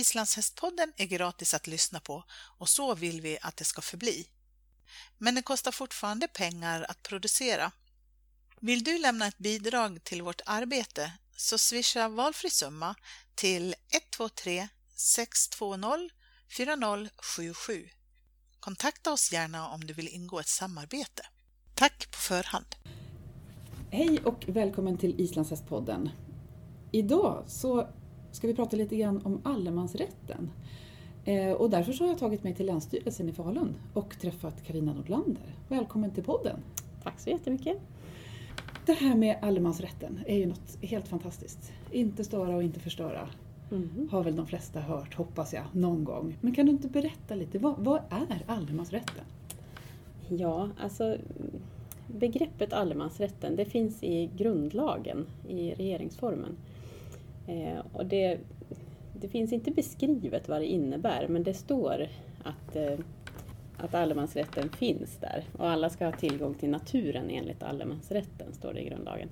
Islandshästpodden är gratis att lyssna på och så vill vi att det ska förbli. Men det kostar fortfarande pengar att producera. Vill du lämna ett bidrag till vårt arbete så swisha valfri summa till 123 620 4077. Kontakta oss gärna om du vill ingå ett samarbete. Tack på förhand! Hej och välkommen till Islandshästpodden. Idag så ska vi prata lite grann om allemansrätten. Och därför så har jag tagit mig till Länsstyrelsen i Falun och träffat Carina Nordlander. Välkommen till podden. Tack så jättemycket. Det här med allemansrätten är ju något helt fantastiskt. Inte störa och inte förstöra. Har väl de flesta hört, hoppas jag, någon gång. Men kan du inte berätta lite, vad är allemansrätten? Ja, alltså begreppet allemansrätten, det finns i grundlagen, i regeringsformen. Och det finns inte beskrivet vad det innebär, men det står att allemansrätten finns där. Och alla ska ha tillgång till naturen enligt allemansrätten, står det i grundlagen.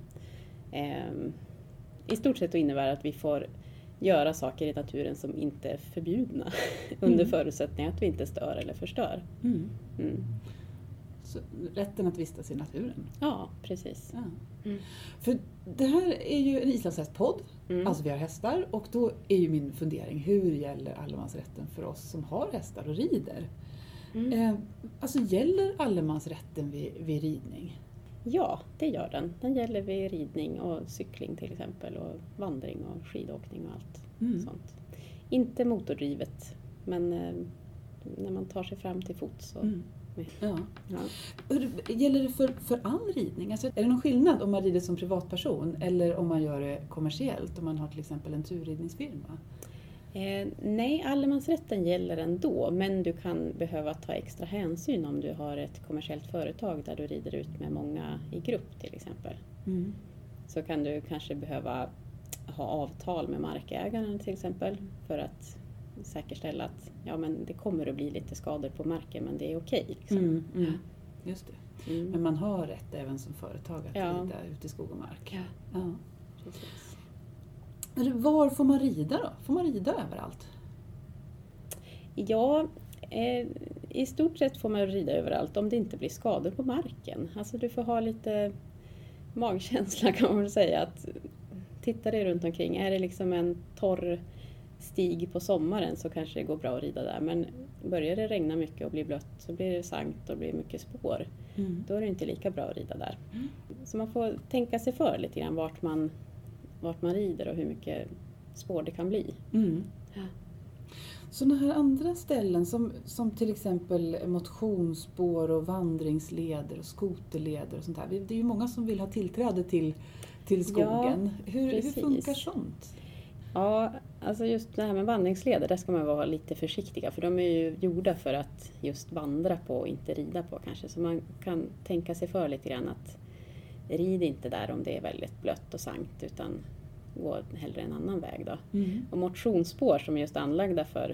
I stort sett innebär det att vi får göra saker i naturen som inte är förbjudna under förutsättning att vi inte stör eller förstör. Så, rätten att vistas i naturen. Ja, precis. Ja. För det här är ju en islandshästpodd, alltså vi har hästar, och då är ju min fundering, hur gäller allemansrätten för oss som har hästar och rider? Alltså gäller allemansrätten vid ridning? Ja, det gör den. Den gäller vid ridning och cykling till exempel, och vandring och skidåkning och allt sånt. Inte motordrivet, men när man tar sig fram till fots så... Ja. Gäller det för all ridning? Alltså, är det någon skillnad om man rider som privatperson eller om man gör det kommersiellt, om man har till exempel en turridningsfirma? Nej, allemansrätten gäller ändå, men du kan behöva ta extra hänsyn om du har ett kommersiellt företag där du rider ut med många i grupp till exempel. Så kan du kanske behöva ha avtal med markägaren till exempel för att säkerställa att men det kommer att bli lite skador på marken, men det är okej. Liksom. Just det. Men man har rätt även som företag att rida ute i skog och mark. Ja. Precis. Var får man rida då? Får man rida överallt? Ja, i stort sett får man rida överallt om det inte blir skador på marken. Alltså du får ha lite magkänsla, kan man väl säga. Att titta dig runt omkring. Är det liksom en torr stig på sommaren så kanske det går bra att rida där. Men börjar det regna mycket och bli blött så blir det sankt och blir mycket spår. Då är det inte lika bra att rida där. Så man får tänka sig för lite grann vart man rider och hur mycket spår det kan bli. Ja. Sådana här andra ställen som till exempel motionsspår och vandringsleder och skoterleder och sånt här. Det är ju många som vill ha tillträde till skogen. Ja, hur funkar sånt? Ja, alltså just det här med vandringsleder, där ska man vara lite försiktiga. För de är ju gjorda för att just vandra på och inte rida på kanske. Så man kan tänka sig för lite grann att rid inte där om det är väldigt blött och sankt, utan gå hellre en annan väg då. Och motionsspår som är just anlagda för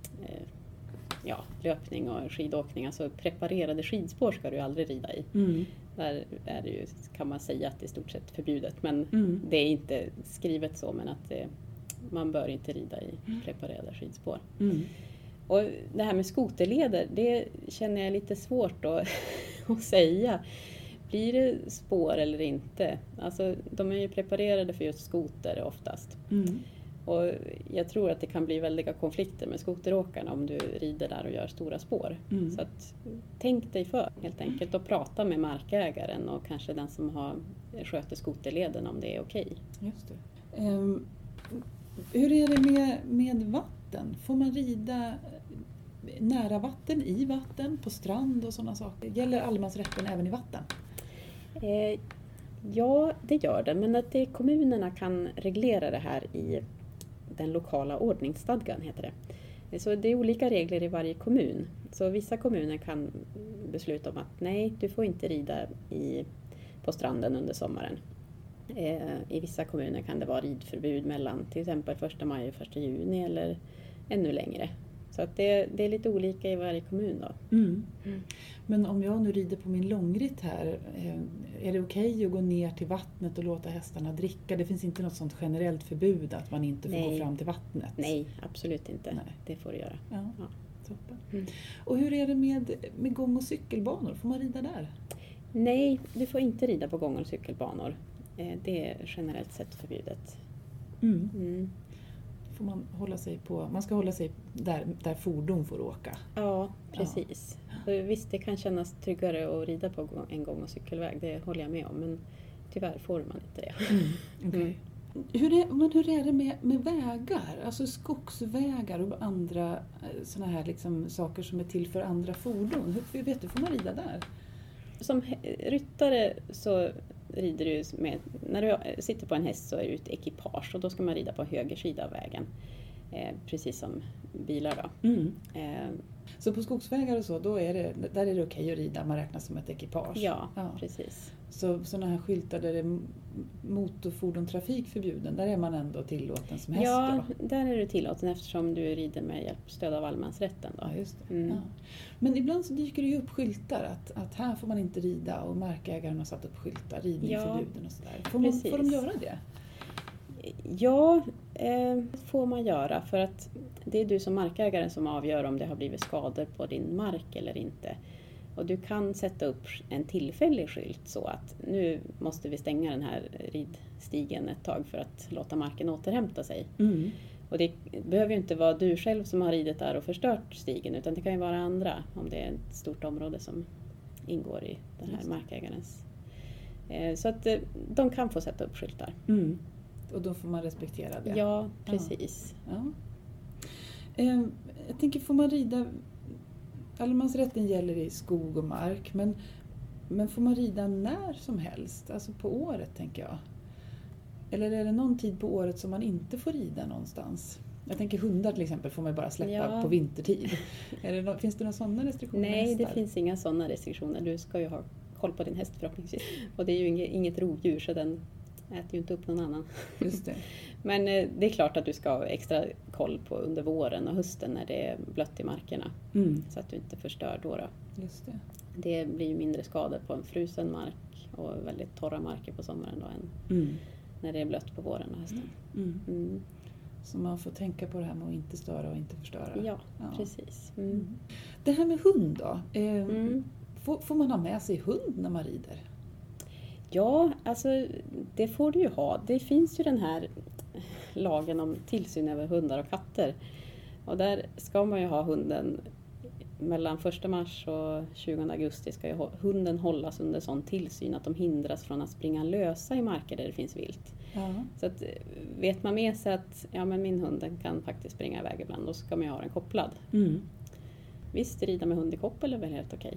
löpning och skidåkning, alltså preparerade skidspår ska du ju aldrig rida i. Där är det ju, kan man säga, att det är i stort sett förbjudet, men det är inte skrivet så, men att man bör inte rida i preparerade skidspår. Och det här med skoterleder, det känner jag lite svårt att säga. Blir det spår eller inte? Alltså, de är ju preparerade för just skoter oftast. Och jag tror att det kan bli väldiga konflikter med skoteråkarna om du rider där och gör stora spår. Så att, tänk dig för helt enkelt och prata med markägaren och kanske den som sköter skoterleden om det är okej. Just det. Hur är det med vatten? Får man rida nära vatten, i vatten, på strand och sådana saker? Gäller allemansrätten även i vatten? Ja, det gör det. Men att kommunerna kan reglera det här i den lokala ordningsstadgan, heter det. Så det är olika regler i varje kommun. Så vissa kommuner kan besluta om att nej, du får inte rida på stranden under sommaren. I vissa kommuner kan det vara ridförbud mellan till exempel 1 maj och 1 juni eller ännu längre. Så att det är lite olika i varje kommun då. Men om jag nu rider på min långritt här, är det okej att gå ner till vattnet och låta hästarna dricka? Det finns inte något sånt generellt förbud att man inte får gå fram till vattnet? Nej, absolut inte. Nej. Det får du göra. Ja. Toppen. Och hur är det med gång- och cykelbanor? Får man rida där? Nej, du får inte rida på gång- och cykelbanor. Det är generellt sett förbjudet. Får man ska hålla sig där fordon får åka. Ja, precis. Ja. Visst, det kan kännas tryggare att rida på en gång- och cykelväg, det håller jag med om. Men tyvärr får man inte det. Okay. Hur är det med vägar? Alltså skogsvägar och andra såna här liksom saker som är till för andra fordon. Hur får man rida där? Som ryttare så rider du med, när du sitter på en häst så är du ett ekipage och då ska man rida på höger sida av vägen. Precis som bilar då. Så på skogsvägar och så, där är det okej att rida, man räknas som ett ekipage? Ja. Precis. Så sådana här skyltar där det är motorfordontrafik förbjuden, där är man ändå tillåten som häst då? Ja, där är du tillåten eftersom du rider med stöd av allemansrätten då. Ja, just det. Ja. Men ibland så dyker det ju upp skyltar att här får man inte rida och markägaren har satt upp skyltar, ridning förbjuden och sådär. Får de göra det? Ja, får man göra för att det är du som markägare som avgör om det har blivit skador på din mark eller inte. Och du kan sätta upp en tillfällig skylt så att nu måste vi stänga den här ridstigen ett tag för att låta marken återhämta sig. Och det behöver ju inte vara du själv som har ridit där och förstört stigen utan det kan ju vara andra om det är ett stort område som ingår i den här markägarens. Så att de kan få sätta upp skyltar. Och då får man respektera det? Ja, precis. Ja. Jag tänker, får man rida... Allemansrätten gäller i skog och mark, men får man rida när som helst? Alltså på året, tänker jag. Eller är det någon tid på året som man inte får rida någonstans? Jag tänker hundar till exempel får man bara släppa på vintertid. Finns det några sådana restriktioner? Nej, det finns inga sådana restriktioner. Du ska ju ha koll på din häst förhoppningsvis. Och det är ju inget rovdjur så den äter ju inte upp någon annan. Just det. Men det är klart att du ska ha extra koll på under våren och hösten när det är blött i markerna. Så att du inte förstör då. Just det. Det blir ju mindre skador på en frusen mark och väldigt torra marker på sommaren då än när det är blött på våren och hösten. Så man får tänka på det här med att inte störa och inte förstöra. Ja. Precis. Det här med hund då. Får man ha med sig hund när man rider? Ja, alltså det får du ju ha. Det finns ju den här lagen om tillsyn över hundar och katter. Och där ska man ju ha hunden mellan 1 mars och 20 augusti ska ju hunden hållas under sån tillsyn att de hindras från att springa lösa i marker där det finns vilt. Ja. Så att vet man med sig att men min hund kan faktiskt springa iväg ibland, då ska man ju ha den kopplad. Visst, rida med hund i koppel är väl helt okej.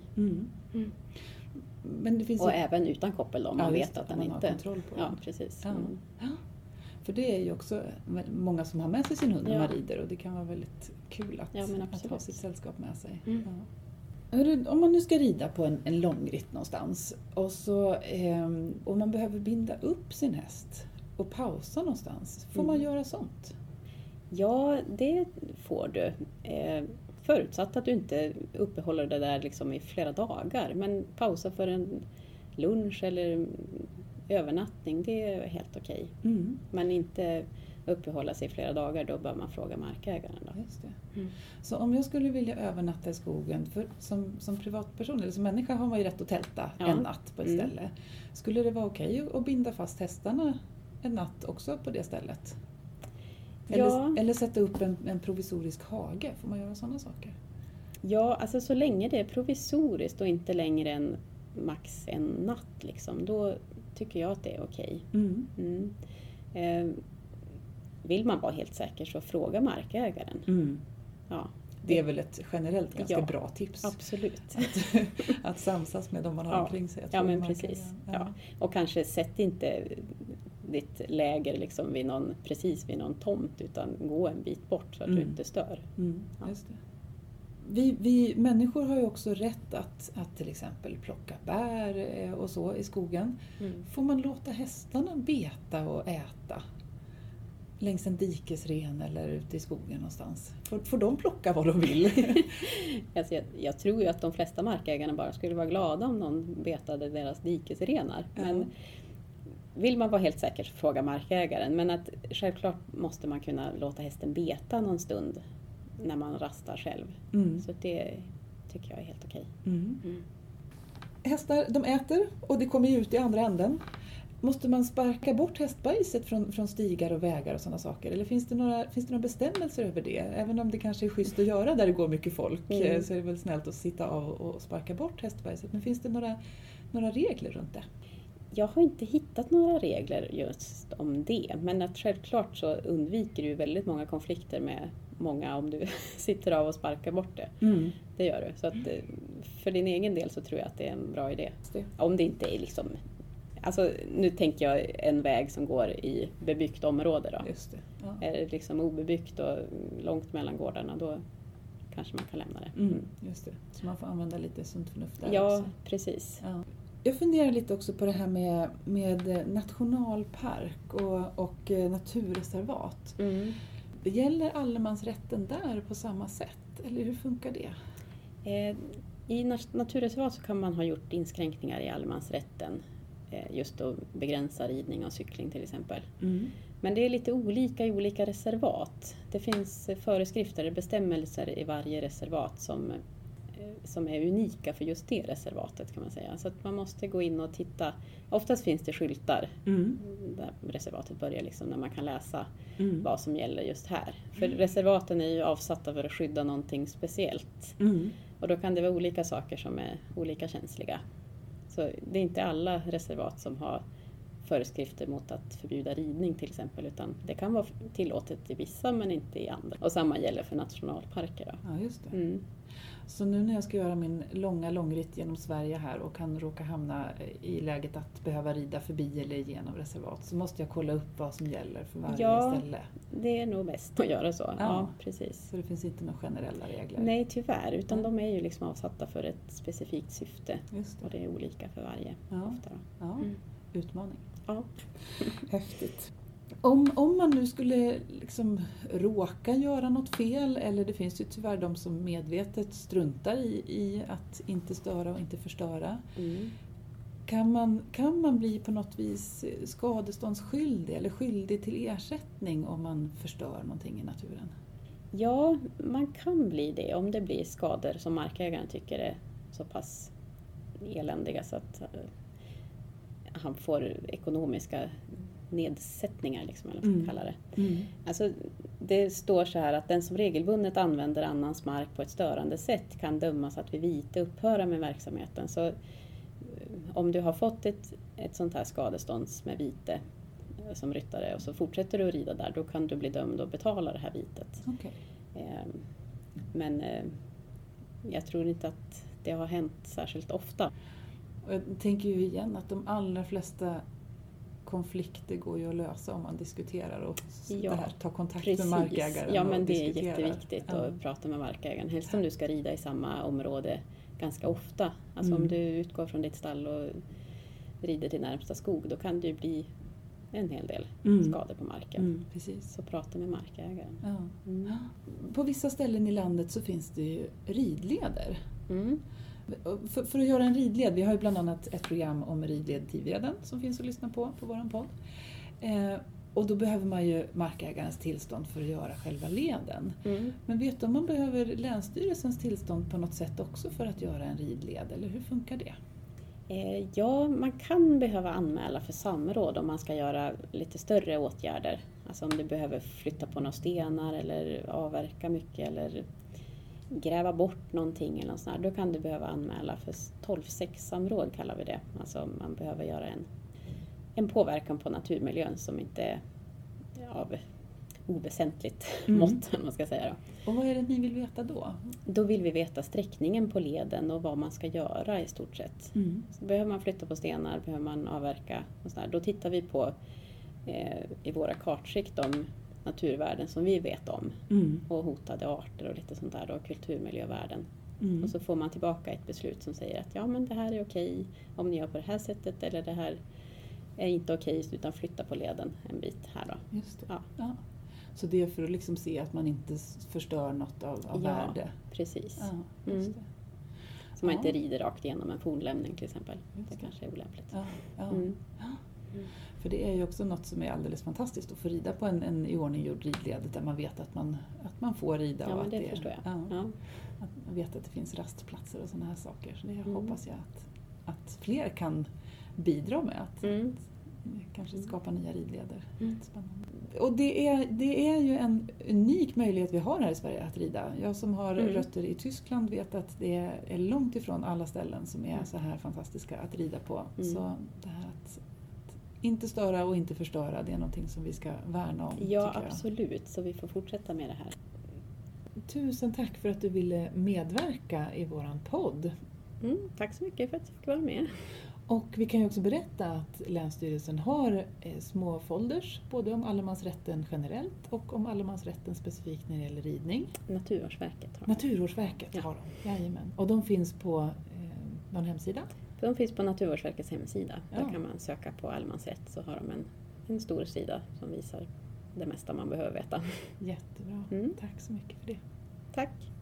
Men det finns och även utan koppel då, man vet att den inte har kontroll på den. Ja, precis. Ja. För det är ju också många som har med sig sin hund när man rider och det kan vara väldigt kul att ha sitt sällskap med sig. Om man nu ska rida på en långritt någonstans och man behöver binda upp sin häst och pausa någonstans, får man göra sånt? Ja, det får du. Förutsatt att du inte uppehåller det där liksom i flera dagar. Men pausa för en lunch eller övernattning, det är helt okej. Men inte uppehålla sig i flera dagar, då bör man fråga markägaren. Då. Just det. Så om jag skulle vilja övernatta i skogen, för som privatperson eller som människa har man ju rätt att tälta en natt på ett ställe. Skulle det vara okej att binda fast hästarna en natt också på det stället? Eller sätta upp en provisorisk hage, får man göra sådana saker? Ja, alltså så länge det är provisoriskt och inte längre än max en natt liksom, då tycker jag att det är okej. Vill man vara helt säker så fråga markägaren. Ja. Det är väl ett generellt ganska bra tips. Absolut. Att samsas med dem man har omkring sig. Men precis. Ja. Och kanske sätt inte ditt läger liksom precis vid någon tomt utan gå en bit bort så att du inte stör. Just det. Vi människor har ju också rätt att till exempel plocka bär och så i skogen. Får man låta hästarna beta och äta? längs en dikesren eller ute i skogen någonstans? Får de plocka vad de vill? Alltså jag tror ju att de flesta markägarna bara skulle vara glada om någon betade deras dikesrenar. Ja. Men vill man vara helt säker så fråga markägaren. Men att självklart måste man kunna låta hästen beta någon stund när man rastar själv. Så det tycker jag är helt okej. Hästar, de äter och det kommer ut i andra änden. Måste man sparka bort hästbajset från stigar och vägar och sådana saker? Eller finns det några bestämmelser över det? Även om det kanske är schysst att göra där det går mycket folk så är det väl snällt att sitta av och sparka bort hästbajset. Men finns det några regler runt det? Jag har inte hittat några regler just om det. Men att självklart så undviker du väldigt många konflikter med många om du sitter av och sparkar bort det. Det gör du. Så att för din egen del så tror jag att det är en bra idé. Om det inte är liksom... Alltså nu tänker jag en väg som går i bebyggt område då. Just det. Ja. Är det liksom obebyggt och långt mellan gårdarna då kanske man kan lämna det. Just det. Så man får använda lite sunt förnuft där också. också. Precis. Ja. Jag funderar lite också på det här med nationalpark och naturreservat. Gäller allemansrätten där på samma sätt? Eller hur funkar det? I naturreservat så kan man ha gjort inskränkningar i allemansrätten. Just att begränsa ridning och cykling till exempel. Men det är lite olika i olika reservat. Det finns föreskrifter och bestämmelser i varje reservat som är unika för just det reservatet kan man säga. Så att man måste gå in och titta. Oftast finns det skyltar där reservatet börjar liksom, när man kan läsa vad som gäller just här. För reservaten är ju avsatta för att skydda någonting speciellt. Och då kan det vara olika saker som är olika känsliga. Så det är inte alla reservat som har föreskrifter mot att förbjuda ridning till exempel, utan det kan vara tillåtet i vissa men inte i andra. Och samma gäller för nationalparker. Då. Ja, just det. Så nu när jag ska göra min långritt genom Sverige här och kan råka hamna i läget att behöva rida förbi eller genom reservat, så måste jag kolla upp vad som gäller för varje ställe. Ja, det är nog bäst att göra så. Ja, precis. Så det finns inte några generella regler? Nej, tyvärr. Utan de är ju liksom avsatta för ett specifikt syfte. Just det. Och det är olika för varje. Ofta då. Ja, utmaning. Ja. Häftigt. Om man nu skulle liksom råka göra något fel, eller det finns ju tyvärr de som medvetet struntar i att inte störa och inte förstöra. Kan man bli på något vis skadeståndsskyldig eller skyldig till ersättning om man förstör någonting i naturen? Ja, man kan bli det om det blir skador som markägaren tycker är så pass eländiga så att han får ekonomiska nedsättningar liksom, eller vad man ska kalla det. Alltså, det står så här att den som regelbundet använder annans mark på ett störande sätt kan dömas att vid vite upphöra med verksamheten. Så om du har fått ett sånt här skadestånds med vite som ryttare och så fortsätter du att rida där, då kan du bli dömd och betala det här vitet. Okay. Men jag tror inte att det har hänt särskilt ofta. Och jag tänker ju igen att de allra flesta konflikter går ju att lösa om man diskuterar och tar kontakt med markägaren. Ja, men det är jätteviktigt att prata med markägaren. Helst om du ska rida i samma område ganska ofta. Alltså om du utgår från ditt stall och rider till närmsta skog, då kan det ju bli en hel del skador på marken. Precis. Så prata med markägaren. Ja. På vissa ställen i landet så finns det ju ridleder. För att göra en ridled, vi har ju bland annat ett program om ridled Tiveden som finns att lyssna på våran podd. Och då behöver man ju markägarens tillstånd för att göra själva leden. Men vet du om man behöver Länsstyrelsens tillstånd på något sätt också för att göra en ridled, eller hur funkar det? Ja, man kan behöva anmäla för samråd om man ska göra lite större åtgärder. Alltså om du behöver flytta på några stenar eller avverka mycket eller gräva bort någonting eller något sånt här. Då kan du behöva anmäla för 12:6-samråd kallar vi det. Alltså man behöver göra en påverkan på naturmiljön som inte är av oväsentligt mått, man ska säga då. Och vad är det ni vill veta då? Då vill vi veta sträckningen på leden och vad man ska göra i stort sett. Så behöver man flytta på stenar, behöver man avverka och sådär. Då tittar vi på i våra kartskikt om naturvärden som vi vet om. Och hotade arter och lite sånt där då, kulturmiljövärden. Och så får man tillbaka ett beslut som säger att ja, men det här är okej om ni gör på det här sättet eller det här är inte okej utan flytta på leden en bit här då. Just det. Ja. Ja. Så det är för att liksom se att man inte förstör något av värde. Precis. Ja, just det. Så man inte rider rakt igenom en fornlämning till exempel. Det kanske är olämpligt. Ja, ja. För det är ju också något som är alldeles fantastiskt att få rida på en iordninggjord ridled där man vet att man får rida. Ja, och men att det förstår jag. Ja, att man vet att det finns rastplatser och sådana här saker. Så det hoppas jag att fler kan bidra med. Att kanske skapa nya ridleder. Spännande. Och det är ju en unik möjlighet vi har här i Sverige att rida. Jag som har rötter i Tyskland vet att det är långt ifrån alla ställen som är så här fantastiska att rida på. Så det här att inte störa och inte förstöra, det är någonting som vi ska värna om. Ja, absolut. Så vi får fortsätta med det här. Tusen tack för att du ville medverka i våran podd. Tack så mycket för att jag fick vara med. Och vi kan ju också berätta att Länsstyrelsen har små folders både om allemansrätten generellt och om allemansrätten specifikt när det gäller ridning. Naturvårdsverket har Naturvårdsverket har de, jajamän. Och de finns på någon hemsida? De finns på Naturvårdsverkets hemsida. Där kan man söka på allemansrätt, så har de en stor sida som visar det mesta man behöver veta. Jättebra. Tack så mycket för det. Tack.